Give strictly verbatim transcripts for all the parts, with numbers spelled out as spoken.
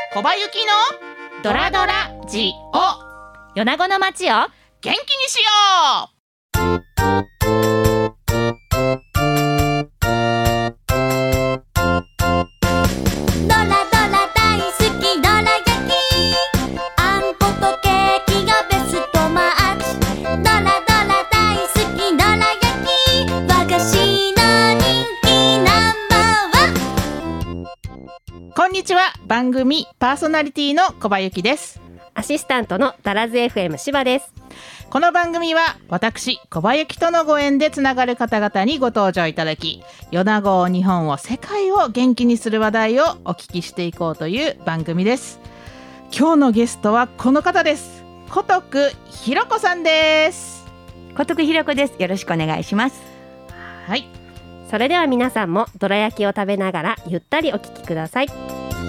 小葉ゆきのドラドラジオ、 米子の街を元気にしよう。 ドラドラ大好きドラ焼き、あんことケーキがベストマッチ。ドラドラ大好きドラ焼き、和菓子の人気ナンバーワン。 こんにちは。番組パーソナリティの小葉ゆきです。 アシスタントのダラズ エフエム 芝です。 この番組は私小葉ゆきとのご縁でつながる方々にご登場いただき、米子を日本を世界を元気にする話題をお聞きしていこうという番組です。今日のゲストはこの方です。小徳ひろ子さんです。 小徳ひろ子です。よろしくお願いします。 はい、 それでは皆さんもどら焼きを食べながらゆったりお聞きください。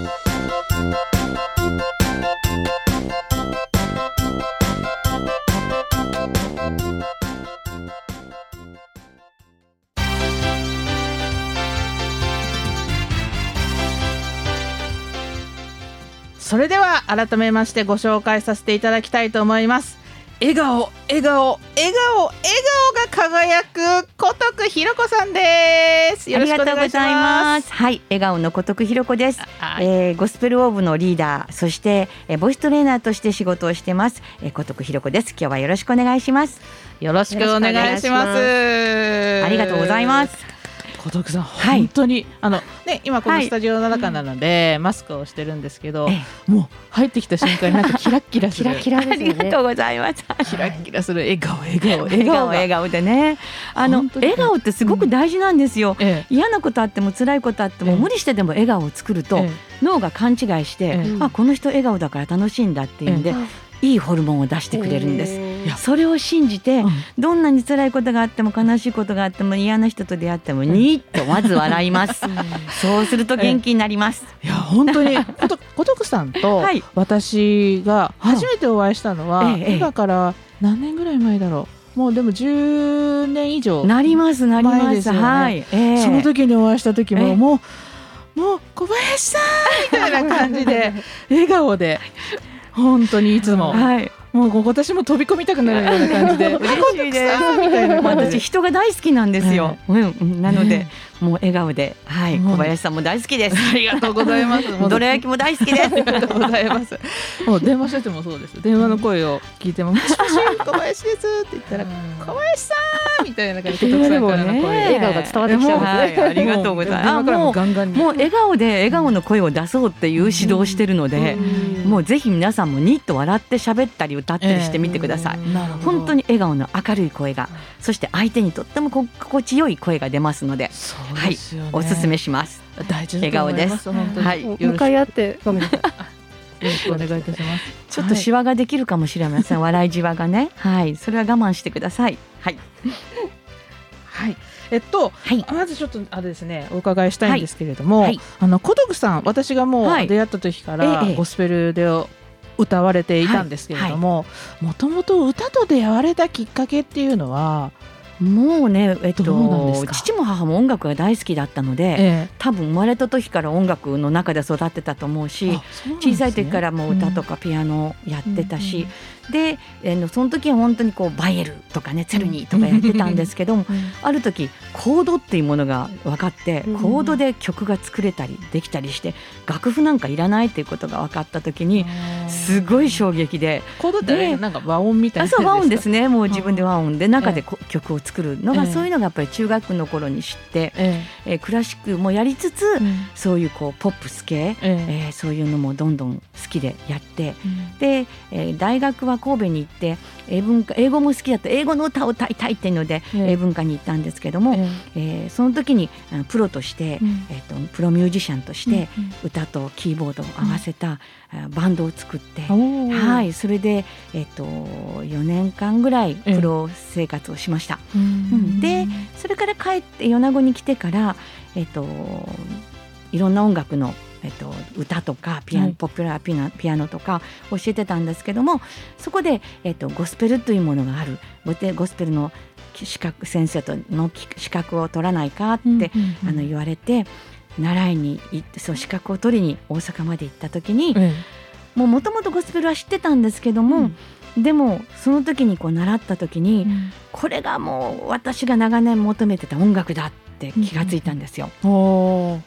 それでは改めましてご紹介させていただきたいと思います。笑顔笑顔笑顔笑顔が輝く小徳ひろ子さんです。よろしくお願いします。 はい、笑顔の小徳ひろ子です。 はい、 えー、ゴスペルオーブのリーダー、そして、えー、ボイストレーナーとして仕事をしてます、えー、小徳ひろ子です。今日はよろしくお願いします。 よろしくお願いします。 ありがとうございます。 小徳さん、 はい、 本当にあの、ね、今このスタジオの中なので、はい、マスクをしてるんですけど、もう入ってきた瞬間になんかキラッキラするキラキラですよね。 ありがとうございます。 キラッキラする笑顔笑顔笑顔笑顔でね、あの笑顔ってすごく大事なんですよ、うんええ、嫌なことあっても辛いことあっても、ええ、無理してでも笑顔を作ると、ええ、脳が勘違いして、ええ、あこの人笑顔だから楽しいんだっていうんで、ええいいホルモンを出してくれるんです。それを信じて、うん、どんなに辛いことがあっても悲しいことがあっても嫌な人と出会ってもにーっとまず笑います、うん、そうすると元気になります。 いや本当に小徳さんと私が初めてお会いしたのは、はい、今から何年ぐらい前だろう、もうでもじゅうねん以上なりますなります前ですよね、はいえー、その時にお会いした時も、えー、もうもう小林さんみたいな感じで笑顔で本当にいつも、はい、もう私も飛び込みたくなるような感じで嬉しいですみたいな感じで私人が大好きなんですよ、はいうん、なので、えー、もう笑顔で、はい、小林さんも大好きです。 ありがとうございます。 どら焼きも大好きです。 ありがとうございます。もう電話しててもそうです。電話の声を聞いてももしもし小林ですって言ったら小林さんみたいな感じで小徳さんからの声、 笑顔が伝わってきちゃうんですね、 はい、ありがとうございます。もうもう笑顔で笑顔の声を出そうっていう指導をしてるので、もうぜひ皆さんもニッと笑って喋ったり歌ったりしてみてください、えー、本当に笑顔の明るい声が、そして相手にとっても心地よい声が出ますので、はい、おすすめします。 大事だと思います。 笑顔です。 はい、向かい合ってごめんなさい。 よろしくお願いいたします。 ちょっとシワができるかもしれません、はい、笑いじわがね、はい、それは我慢してください。はい、 はい、えっと、はい、まずちょっとあれですね、お伺いしたいんですけれども、はいはい、あの小徳さん、私がもう出会った時からゴスペルで歌われていたんですけれども、もともと歌と出会われたきっかけっていうのはもうね、えっと、父も母も音楽が大好きだったので、ええ、多分生まれた時から音楽の中で育ってたと思うし、う、ね、小さい時からもう歌とかピアノやってたし、うん、で、えー、その時は本当にこうバイエルとかねツェルニーとかやってたんですけども、うん、ある時コードっていうものが分かって、うん、コードで曲が作れたりできたりして楽譜なんかいらないっていうことが分かった時にすごい衝撃で、 コードってなんか和音みたいなやつですか？ あ、そう和音ですね。もう自分で和音で中で曲を作るのが、ええ、そういうのがやっぱり中学の頃に知って、えええー、クラシックもやりつつ、うん、そういうこうポップス系、えええー、そういうのもどんどん好きでやって、うん、で、えー、大学は神戸に行って英文化英語も好きだった英語の歌を歌いたいっていうので、ええ、英文化に行ったんですけども、えええー、その時にプロとして、うんえー、とプロミュージシャンとして歌とキーボードを合わせた、うん、バンドを作って、はい、それで、えー、とよねんかんぐらいプロ生活をしました、ええうん、でそれから帰って米子に来てから、えー、といろんな音楽のえっと、歌とかピアノ、はい、ポピュラーピア、ピアノとか教えてたんですけども、そこで、えっと、ゴスペルというものがある、ゴスペルの資格先生との資格を取らないかって、うんうんうん、あの言われて、 習いに行ってそう資格を取りに大阪まで行った時に、 えもともとゴスペルは知ってたんですけども、うん、でもその時にこう習った時に、うん、これがもう私が長年求めてた音楽だって気がついたんですよ、うん、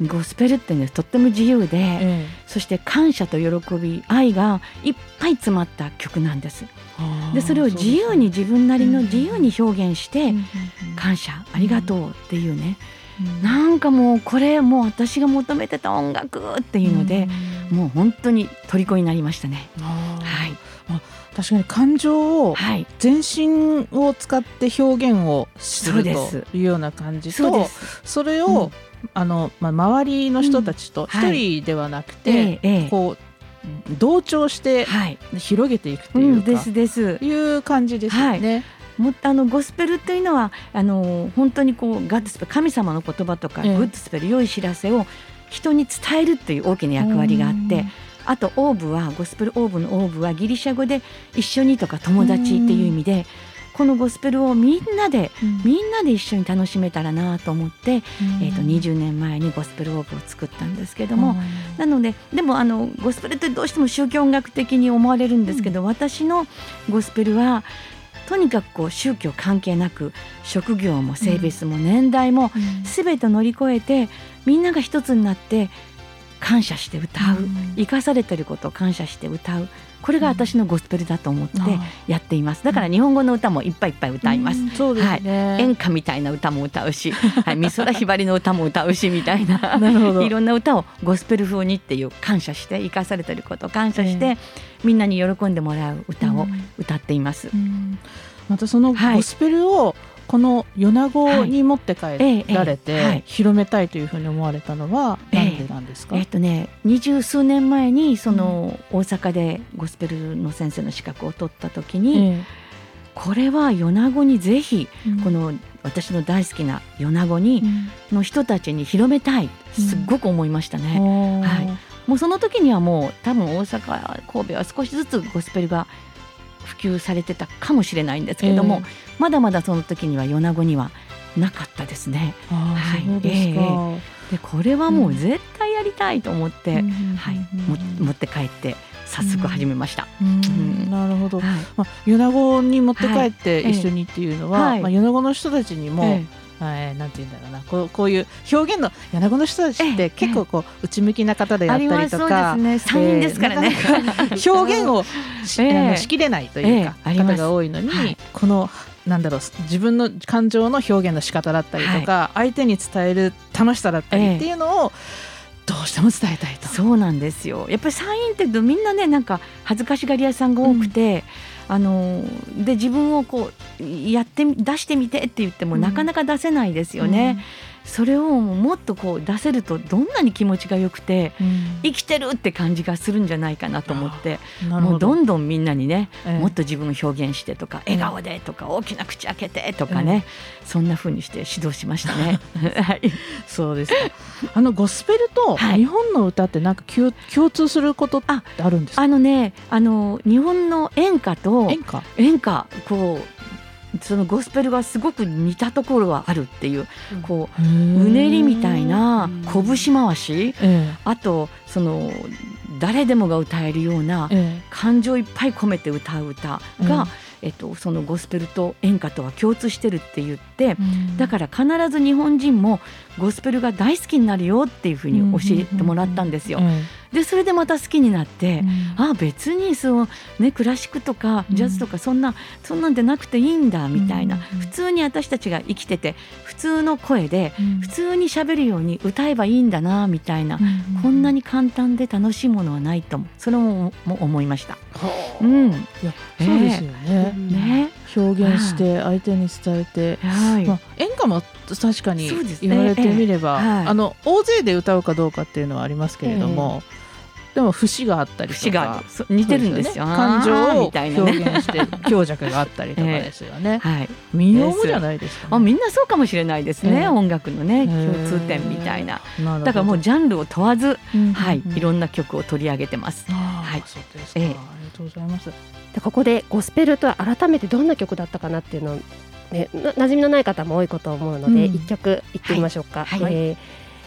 ゴスペルってねとっても自由で、えー、そして感謝と喜び愛がいっぱい詰まった曲なんです。でそれを自由に自分なりの自由に表現して、うん、感謝ありがとうっていうね、うん、なんかもうこれもう私が求めてた音楽っていうので、うん、もう本当に虜になりましたね。はい、 確かに感情を全身を使って表現をするというような感じと、 そ, それを、うんあのまあ、周りの人たちと一人ではなくて、うんはいええ、こう同調して広げていくというか、はいうん、ですですいう感じですよね。 はい、もあのゴスペルというのはあの本当にこうガッドスペル神様の言葉とか、ええ、グッドスペル良い知らせを人に伝えるという大きな役割があって、あとオーブはゴスペルオーブのオーブはギリシャ語で一緒にとか友達っていう意味で、このゴスペルをみんなで、うん、みんなで一緒に楽しめたらなと思って、うんえー、とにじゅうねんまえにゴスペルオーブを作ったんですけども、うん、なのででもあのゴスペルってどうしても宗教音楽的に思われるんですけど、うん、私のゴスペルはとにかくこう宗教関係なく職業も性別も年代も全て乗り越えて、みんなが一つになって感謝して歌う、うん、生かされていることを感謝して歌う、これが私のゴスペルだと思ってやっています。だから日本語の歌もいっぱいいっぱい歌います、うんそうですねはい、演歌みたいな歌も歌うし、はい、美空ひばりの歌も歌うしみたい な, なるほどいろんな歌をゴスペル風にっていう感謝して生かされていることを感謝して、えー、みんなに喜んでもらう歌を歌っています、うんうん、 またそのゴスペルを、はいこの米子に持って帰られて、はいええはい、広めたいというふうに思われたのは何でなんですか？ えーえー、っとね、二十数年前にその大阪でゴスペルの先生の資格を取った時に、えー、これは米子にぜひこの私の大好きな米子にの人たちに広めたい、すっごく思いましたね、うんはい、もうその時にはもう多分大阪神戸は少しずつゴスペルが普及されてたかもしれないんですけれども、えー、まだまだその時には米子にはなかったですね。 あ、はい、そうですか、えー、 でこれはもう絶対やりたいと思って、うんはい、も持って帰って早速始めました、 うんうん、なるほど、はいまあ、米子に持って帰って一緒にっていうのは、はいまあ、米子の人たちにも、えーはい、なんて言うんだろうな、こう、こういう表現の米子の人たちって結構こう内向きな方であったりとか、 そうですね、山陰ですからね、 えー、表現を し,、えー、しきれないというか、えー、方が多いのに、はい、このなんだろう自分の感情の表現の仕方だったりとか、はい、相手に伝える楽しさだったりっていうのを、えー、どうしても伝えたいと。 そうなんですよ。やっぱり山陰ってみんなね、なんか恥ずかしがり屋さんが多くて、うんあので自分をこうやって出してみてって言ってもなかなか出せないですよね、うん、それをもっとこう出せるとどんなに気持ちが良くて、うん、生きてるって感じがするんじゃないかなと思って、もうどんどんみんなにね、ええ、もっと自分を表現してとか笑顔でとか大きな口開けてとかね、え、そんな風にして指導しましたねはい、 そうですか。あのゴスペルと日本の歌ってなんか共通することってあるんですか？ あのね、あの日本の演歌と演歌演歌こうそのゴスペルがすごく似たところはあるっていう、うん、こううねりみたいな拳回し、あとその誰でもが歌えるような感情いっぱい込めて歌う歌が、えっと、そのゴスペルと演歌とは共通してるって言って、だから必ず日本人もゴスペルが大好きになるよっていうふうに教えてもらったんですよ。でそれでまた好きになって、うん、あ別にそう、ね、クラシックとかジャズとかそんな、うん、そんなんでなくていいんだみたいな、うん、普通に私たちが生きてて普通の声で、うん、普通に喋るように歌えばいいんだなみたいな、うん、こんなに簡単で楽しいものはないとそれも思いました。 うん、いやそうですよね、えー、ね表現して相手に伝えて、はいまあ、演歌も確かに言われてみれば、ねえーはい、あの大勢で歌うかどうかっていうのはありますけれども、えーでも節があったりとか似てるんですよ、 ね、感情を表現して強弱があったりとかですよね、えーはい、民謡もじゃないですか、ね、 あみんなそうかもしれないですね、えー、音楽のね共通点みたいな、えー、だからもうジャンルを問わず、うんうんはい、いろんな曲を取り上げてます。 はい、そうですか、えー、ありがとうございます。 でここでゴスペルとは改めてどんな曲だったかなっていうのを、ね、な馴染みのない方も多いこと思うので、うん、いっきょくいってみましょうか、はいはいえー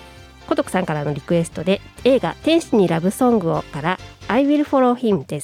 孤独さんからのリクエストで映画天使にラブソングをから I will follow him です。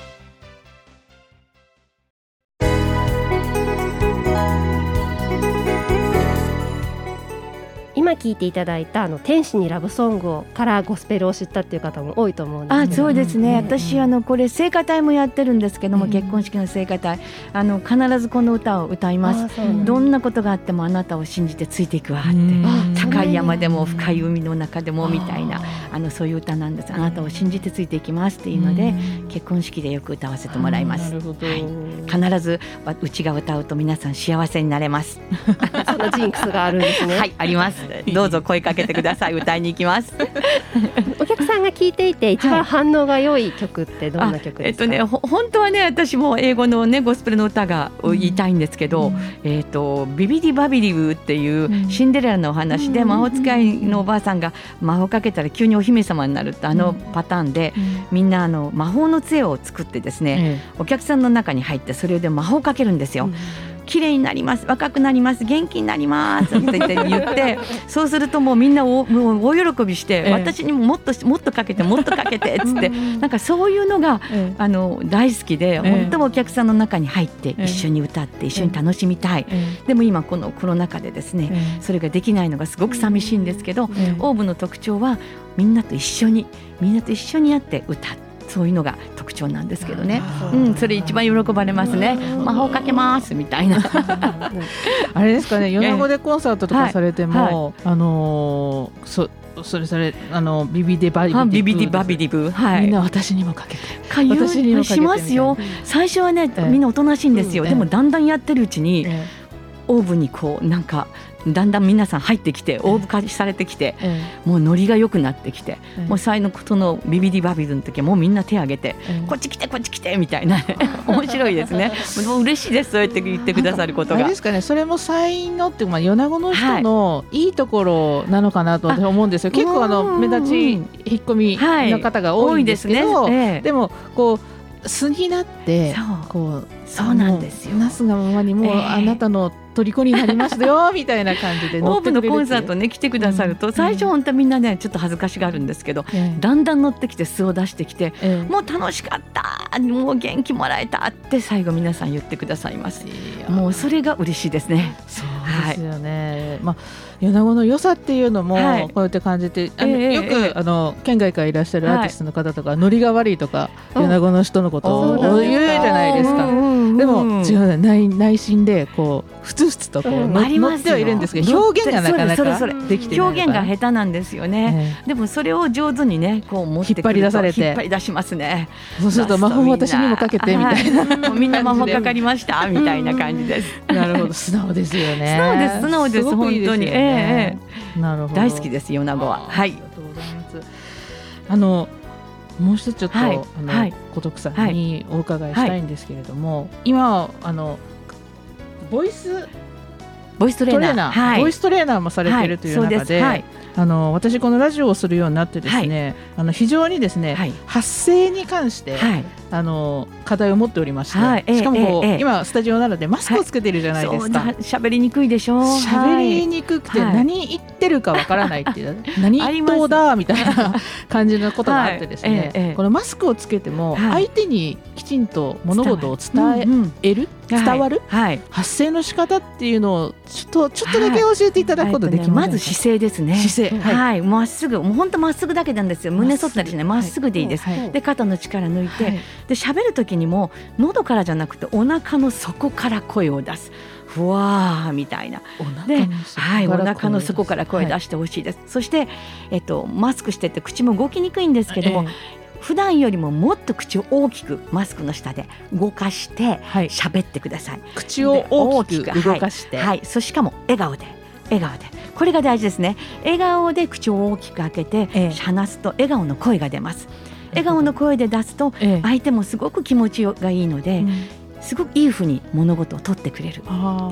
今聴いていただいたあの天使にラブソングをからゴスペルを知ったっていう方も多いと思うんですけど。 あ、そうですね、うん、私あのこれ聖歌隊もやってるんですけども、うん、結婚式の聖歌隊あの必ずこの歌を歌います。どんなことがあってもあなたを信じてついていくわって、うん、高い山でも深い海の中でもみたいなあのそういう歌なんです。あなたを信じてついていきますっていうので、うん、結婚式でよく歌わせてもらいます。なるほど、はい、必ずうちが歌うと皆さん幸せになれます。 そのジンクスがあるんですね。 はい、あります。どうぞ声かけてください。歌いに行きます。 お客さんが聴いていて一番反応が良い曲ってどんな曲ですか？ えっとね、ほ本当はね私も英語のねゴスペルの歌が言いたいんですけど、うん、えっとビビディバビディブっていうシンデレラのお話で、うん、魔法使いのおばあさんが魔法かけたら急にお姫様になるってあのパターンで、うん、みんなあの魔法の杖を作ってですね、うん、お客さんの中に入ってそれで魔法かけるんですよ。うん、綺麗になります、若くなります、元気になりますって言って言ってそうするともうみんなおもう大喜びして、ええ、私にももっともっとかけてもっとかけてっつってなんかそういうのが、ええ、あの大好きで、ええ、本当にお客さんの中に入って一緒に歌って一緒に楽しみたい、ええ、でも今このコロナ禍でですね、ええ、それができないのがすごく寂しいんですけど、ええ、オーブの特徴はみんなと一緒にみんなと一緒にやって歌って、そういうのが特徴なんですけどね、うん、それ一番喜ばれますね。魔法かけますみたいなあれですかね、米子でコンサートとかされても、はいはい、あのー、そそれそれあのビビデバビディブ、 ビビディバビディブ、はい、 みんな私にもかけて私にもかけてしますよ。最初はね、えー、みんなおとなしいんですよ、えー、でもだんだんやってるうちに、えー、オーブにこうなんかだんだん皆さん入ってきてオーブ化されてきて、ええ、もうノリが良くなってきて、ええ、もう最後のそのビビディバビルの時はもうみんな手を挙げて、ええ、こっち来てこっち来てみたいな面白いですね。もう嬉しいです、そうやって言ってくださることが。 あれですかね、それも才能っていうか、まあ、米子の人のいいところなのかなと思うんですよ、はい、結構あの目立ち引っ込みの方が多いんですけど、はい、ね、ええ、でもこう素になってこうそうなんですよ、 なすがままにもう、えー、あなたの虜になりますよみたいな感じで乗ってくれる。 オーブのコンサートね来てくださると、うん、最初本当みんなねちょっと恥ずかしがるんですけど、うん、だんだん乗ってきて素を出してきて、うん、もう楽しかったもう元気もらえたって最後皆さん言ってくださいます。もうそれが嬉しいですね。 そうですよね、はい、まあ米子の良さっていうのもこうやって感じて、はい、あの、えー、よく、えー、あの県外からいらっしゃるアーティストの方とか、はい、ノリが悪いとか米子の人のことを言うじゃないですか。でも違う、内、内心でこうふつふつとこう、うん、乗ってはいるんですけど、表現がなかなかできてない、 表現が下手なんですよね、えー、でもそれを上手にねこう持ってくると引っ張り出されて引っ張り出しますね。 そうすると魔法私にもかけてみたいな、 はい、みんな魔法かかりましたみたいな感じです。 なるほど、素直ですよね。 素直です素直です、本当に、えー、なるほど、 大好きです米子は。はい、ありがとうございます。あのもう一つちょっと、はい、あの、はい、小徳さんにお伺いしたいんですけれども、はい、今あのボイスボイストレーナー、トレーナー、はい、 ボイストレーナーもされているという中で、はい、あの私このラジオをするようになってですね、はい、あの非常にですね、はい、発声に関して、はい、あの課題を持っておりまして、はい、しかもこう、えーえー、今スタジオなのでマスクをつけてるじゃないですか。 喋、はい、りにくいでしょう。 喋りにくくて何言ってるかわからないっていう、はい、何言っとうだみたいな感じのことがあってですね、はいえー、このマスクをつけても相手にきちんと物事を伝える、伝わる、はい、発声の仕方っていうのをちょっとちょっとだけ教えていただくことできますか、 はい、まず姿勢ですね。 姿勢、はいはい、まっすぐ、もう本当まっすぐだけなんですよ。胸反ったりしない、まっすぐでいいです、はい、で肩の力抜いて、はい、で喋る時にも喉からじゃなくてお腹の底から声を出す、ふわーみたいな、で、はい、お腹の底から声出してほしいです、はい、そして、えっと、マスクしてて口も動きにくいんですけども、えー普段よりももっと口を大きくマスクの下で動かして喋ってください、はい、 口を大きく動かして、 はいはい、そしかも笑顔で笑顔で、これが大事ですね。笑顔で口を大きく開けて、ええ、話すと笑顔の声が出ます。笑顔の声で出すと相手もすごく気持ちがいいので、ええ、すごくいいふうに物事を取ってくれる、はい、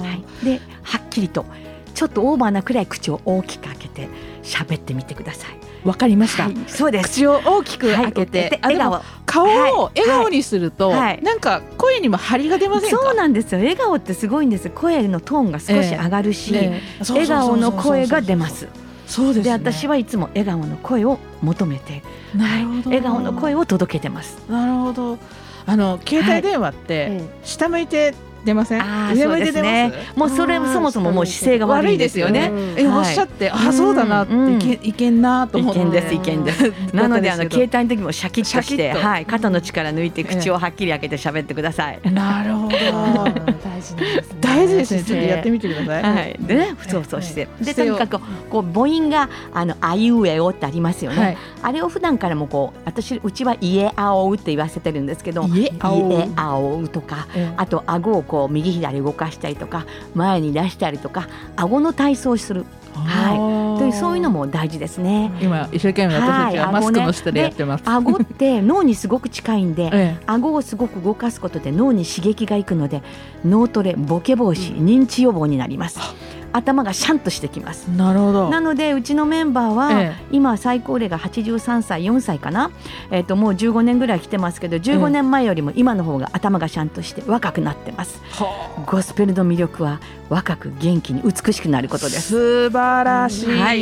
ではっきりとちょっとオーバーなくらい口を大きく開けて喋ってみてください。 わかりました、はい、 そうです。 口を大きく開けて、はい、笑顔、顔を笑顔にすると、はいはい、なんか声にも張りが出ませんか？ そうなんですよ。笑顔ってすごいんです。声のトーンが少し上がるし、えーね、笑顔の声が出ます。 そうですね。 で私はいつも笑顔の声を求めて、 なるほど、 はい、笑顔の声を届けてます。 なるほど。あの携帯電話って下向いて出ません？ あ上向いて出ます？ ね、もうそれそもそももう姿勢が悪いですよね。 え、おっしゃって、あ、そうだなって、いけ、いけんなと思って。 いけんです、いけんです。なのであの携帯の時もシャキッとして、はい、肩の力抜いて口をはっきり開けて喋ってください。 なるほど。 大事ですね。 大事ですね。ちょっとやってみてください。 はい。でね、そうそうして、でとにかくこう母音があのあいうえおってありますよね。あれを普段からもこう私うちはいえあおうって言わせてるんですけど、いえあおうとか、あと顎をこう右左動かしたりとか前に出したりとか顎の体操をする、はい、というそういうのも大事ですね。 今一生懸命私たちはマスクの下でやってます。 はい、顎って脳にすごく近いんで、ええ、顎をすごく動かすことで脳に刺激がいくので脳トレ、ボケ防止、認知予防になります。頭がシャンとしてきます。 なるほど。 なのでうちのメンバーは、ええ、今最高齢がはちじゅうさんさいよんさいかな、えー、ともうじゅうごねんぐらい来てますけどじゅうごねんまえよりも今の方が頭がシャンとして若くなってます。ゴスペルの魅力は若く元気に美しくなることです。 素晴らしい、はい、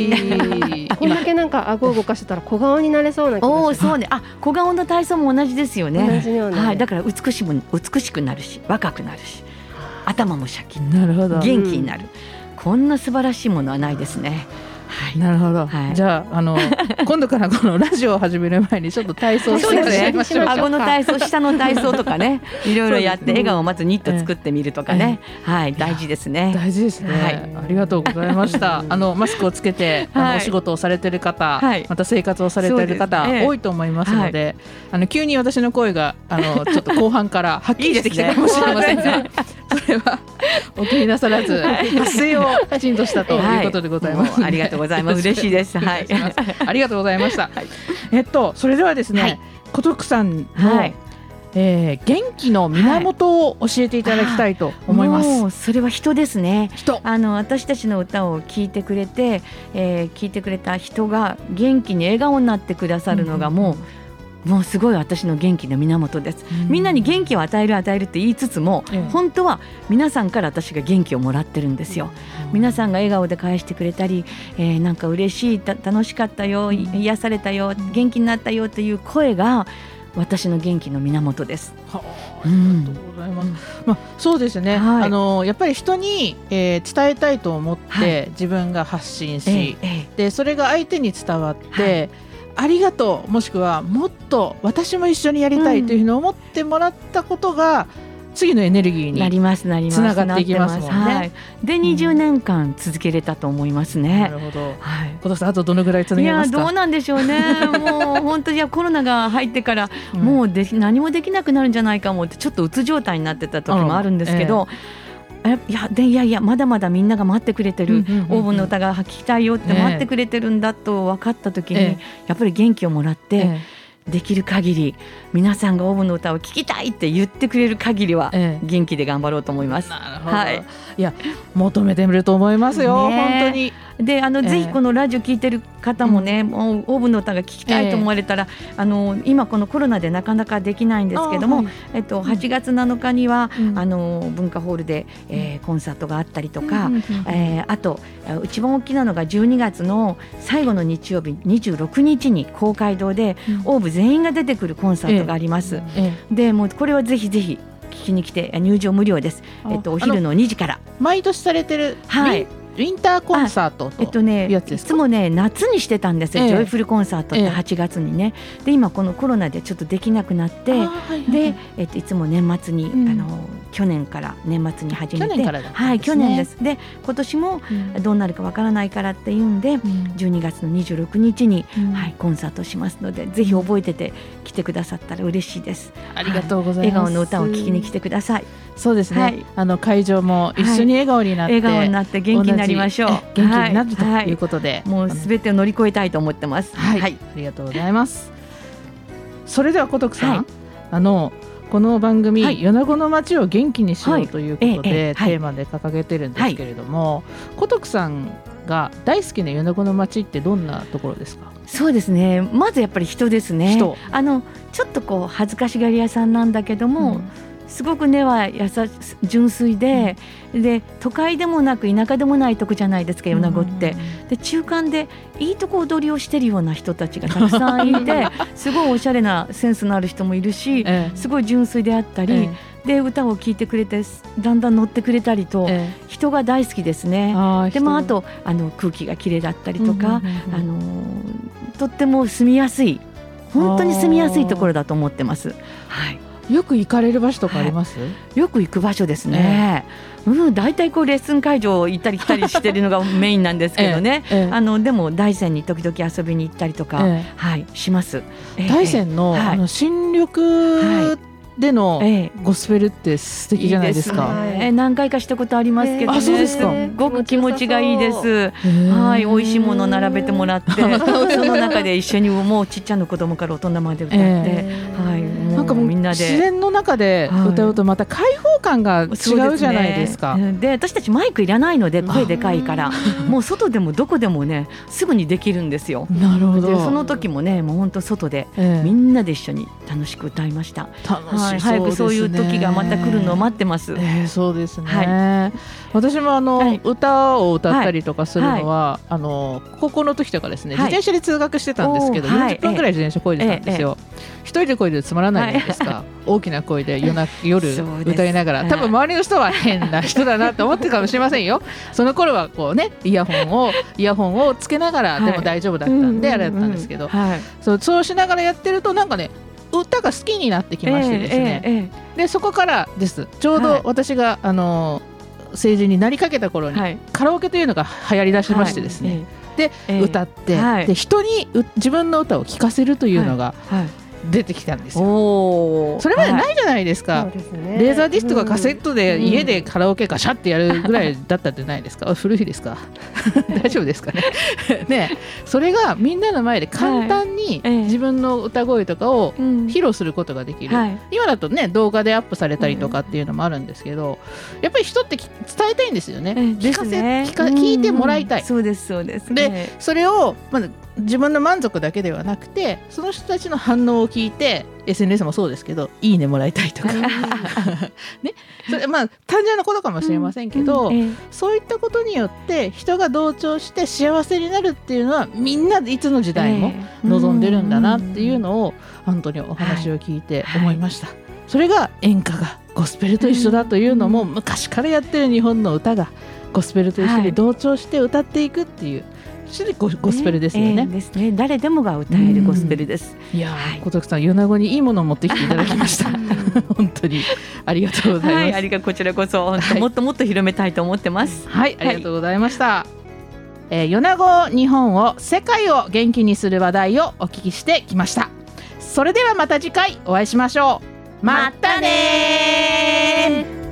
こんだけなんか顎を動かしてたら小顔になれそうな気がします。 おそうね、あ小顔の体操も同じですよね。 同じような、ね、 はい、だから美しも美しくなるし若くなるし頭もシャキッ、 なるほど、 元気になる、うん、こんな素晴らしいものはないですね。 はい、なるほど、はい、じゃあ、あの今度からこのラジオを始める前にちょっと体操してみましょうか。 顎の体操、下の体操とかねいろいろやって笑顔をまずニット作ってみるとかね、えー、はい、大事ですね。 大事ですね、はい、ありがとうございましたあのマスクをつけてあの、はい、お仕事をされている方、はい、また生活をされている方、えー、多いと思いますので、はい、あの急に私の声があのちょっと後半からはっきりしてきたかもしれませんがいい、ね、それはお気になさらず発声をきちんとしたということでございます、 はい、ありがとうございます嬉しいです、はい、 ありがとうございました、はい、えっとそれではですね、はい、小徳さんの、はい、えー、元気の源を教えていただきたいと思います、はい、 もうそれは人ですね。 人、 あの私たちの歌を聴いてくれて、えー、聴いてくれた人が元気に笑顔になってくださるのがもう、うんもうすごい私の元気の源です、うん、みんなに元気を与える与えるって言いつつも、うん、本当は皆さんから私が元気をもらってるんですよ、うん、皆さんが笑顔で返してくれたり、えー、なんか嬉しい、楽しかったよ、うん、癒されたよ、元気になったよという声が私の元気の源です。 はあ、ありがとうございます、うんまあ、そうですね、はい、あのやっぱり人に、えー、伝えたいと思って、はい、自分が発信し、ええ、でそれが相手に伝わって、はいありがとうもしくはもっと私も一緒にやりたいというふうに思ってもらったことが、うん、次のエネルギーにつながっていきますもんね、はい、 でにじゅうねんかん続けれたと思いますね、うん、 なるほど、はい、小徳さんあとどのぐらい続けますか。 いやどうなんでしょうねもう本当にコロナが入ってから、うん、もうで何もできなくなるんじゃないかもってちょっとうつ状態になってた時もあるんですけど、ええいやでいやいやまだまだみんなが待ってくれてる、うんうんうんうん、オーブンの歌が聞きたいよって待ってくれてるんだと分かった時に、ええ、やっぱり元気をもらって、ええ、できる限り皆さんがオーブンの歌を聞きたいって言ってくれる限りは、ええ、元気で頑張ろうと思います。 なるほど、はい、いや求めてみると思いますよ、ね、本当にであの、えー、ぜひこのラジオ聞いてる方もね、うん、もうオーブンの歌が聞きたいと思われたら、えー、あの今このコロナでなかなかできないんですけども、はいえっと、はちがつなのかには、うん、あの文化ホールで、えー、コンサートがあったりとか、うんえー、あと一番大きなのがじゅうにがつの最後の日曜日にじゅうろくにちに公会堂で、うん、オーブ全員が出てくるコンサートがあります、えーえー、でもうこれはぜひぜひ聞きに来て入場無料です、えっと、お昼のにじから毎年されてる、はいウィンターコンサートというやつですか。えっとね、 いつもね夏にしてたんですよ、ええ、ジョイフルコンサートってはちがつにね、ええ、で今このコロナでちょっとできなくなって、はいはい、で、えっと、いつも年末に、うん、あの去年から年末に始めて去年からだったんですね。 はい去年です。で今年もどうなるかわからないからっていうんで、うん、じゅうにがつのにじゅうろくにちに、うんはい、コンサートしますのでぜひ覚えてて来てくださったら嬉しいです。 ありがとうございます、 はい、笑顔の歌を聴きに来てください。 そうですね、はい、あの会場も一緒に笑顔になって、はい、 笑顔になって元気になりましょう。 元気になるということで、 はい、もうすべてを乗り越えたいと思ってます、 はいはい、ありがとうございます。それでは小徳さん、はい、あのこの番組、はい、米子の街を元気にしようということで、はいええ、テーマで掲げてるんですけれども、はい、小徳さんが大好きな米子の街ってどんなところですか。 そうですね、まずやっぱり人ですね。 人、 あのちょっとこう恥ずかしがり屋さんなんだけども、うんすごく根は優し純粋で、うん、で都会でもなく田舎でもないとこじゃないですか米子って、うん、で中間でいいとこ踊りをしてるような人たちがたくさんいてすごいおしゃれなセンスのある人もいるし、ええ、すごい純粋であったり、ええ、で歌を聴いてくれてだんだん乗ってくれたりと、ええ、人が大好きですね。あで、まあ、あとあの空気がきれいだったりとか、うんうんうんうん、あのとっても住みやすい本当に住みやすいところだと思ってます。はい、 よく行かれる場所とかあります？はい、よく行く場所ですね。えーうん、だいたいこうレッスン会場行ったり来たりしてるのがメインなんですけどね、えーえー、あのでも大山に時々遊びに行ったりとか、えーはい、します。 大山 の,、えー、あの新緑でのゴスペルって素敵じゃないですか。 いいですね、何回かしたことありますけどね、えー、あそうですか。すごく気持ちがいいです。はい、美味しいもの並べてもらってその中で一緒にもうちっちゃな子供から大人まで歌って、えーはい、もうなんかもうみんなで自然の中で歌うとまた開放感が違うじゃないですか。 で、ね、で私たちマイクいらないので声でかいからもう外でもどこでもねすぐにできるんですよ。 なるほど。 でその時もねもう本当外で、えー、みんなで一緒に楽しく歌いました。 楽しい、はい、 早くそういう時がまた来るのを待ってます。 えー、そうですね、はい、私もあの、はい、歌を歌ったりとかするのは、はい、あの高校の時とかですね、はい、自転車で通学してたんですけど、よんじゅっぷんぐらい自転車漕いでたんですよ、えーえー、一人で漕いでつまらないじゃないですか、はい、大きな声で 夜, な夜歌いながら多分周りの人は変な人だなと思ってるかもしれませんよ。その頃はこうねイヤホンをイヤホンをつけながらでも大丈夫だったんで、はい、あれだったんですけど、うんうんうん、そう、そうしながらやってるとなんかね歌が好きになってきましてですね、えーえーえー、でそこからですちょうど私が、はい、あの成人になりかけた頃に、はい、カラオケというのが流行りだしましてですね、はい、で、えー、歌って、はい、で人に自分の歌を聴かせるというのが、はいはい出てきたんですよ。おそれまでないじゃないですか、はい、そうですね、レーザーディスクとかカセットで家でカラオケガシャってやるぐらいだったってないですか、うん、古いですか大丈夫ですかねね、それがみんなの前で簡単に自分の歌声とかを披露することができる、はい、今だとね動画でアップされたりとかっていうのもあるんですけど、やっぱり人って伝えたいんですよね、聞かせ、聞か、聞いてもらいたい、 うん、そうですそうです、 ね、でそれをまず自分の満足だけではなくてその人たちの反応を聞いて エスエヌエス もそうですけどいいねもらいたいとかね、それまあ単純なことかもしれませんけど、うんうんえー、そういったことによって人が同調して幸せになるっていうのはみんなでいつの時代も望んでるんだなっていうのを本当にお話を聞いて思いました、はいはい、それが演歌がゴスペルと一緒だというのも昔からやってる日本の歌がゴスペルと一緒に同調して歌っていくっていうゴ, ゴスペルですよね、 ね、えー、ですね。誰でもが歌えるゴスペルです、 うん、いや、はい、小徳さん米子にいいものを持ってきていただきました本当にありがとうございます、はい、 ありがこちらこそ本当、はい、もっともっと広めたいと思ってますはい、ありがとうございました、はい、えー、米子日本を世界を元気にする話題をお聞きしてきました。それではまた次回お会いしましょう。またねー。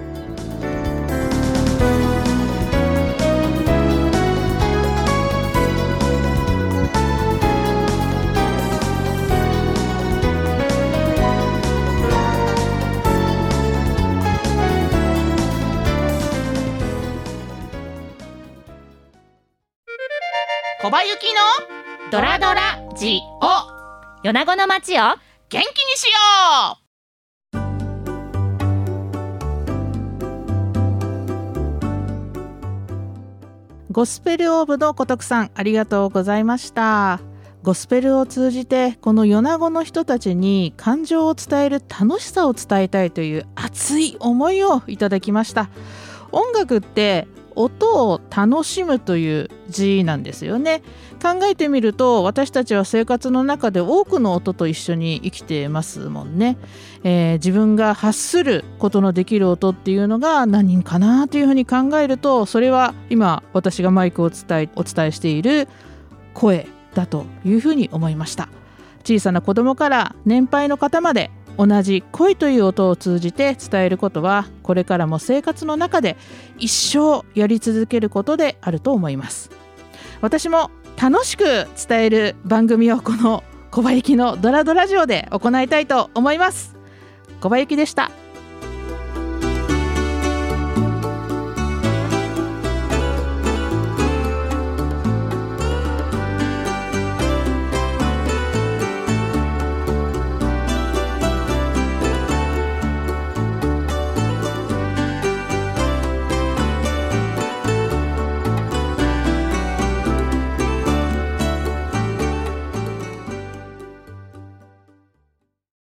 小葉ゆきのドラドラジオ、 米子の街を元気にしよう。ゴスペルオブの小徳さんありがとうございました。ゴスペルを通じてこの米子の人たちに感情を伝える楽しさを伝えたいという熱い思いをいただきました。音楽って音を楽しむという字なんですよね。考えてみると私たちは生活の中で多くの音と一緒に生きていますもんね、えー、自分が発することのできる音っていうのが何かなというふうに考えると、それは今私がマイクを伝え、お伝えしている声だというふうに思いました。小さな子供から年配の方まで同じ声という音を通じて伝えることはこれからも生活の中で一生やり続けることであると思います。私も楽しく伝える番組をこの小葉ゆきのドラドラジオで行いたいと思います。小葉ゆきでした。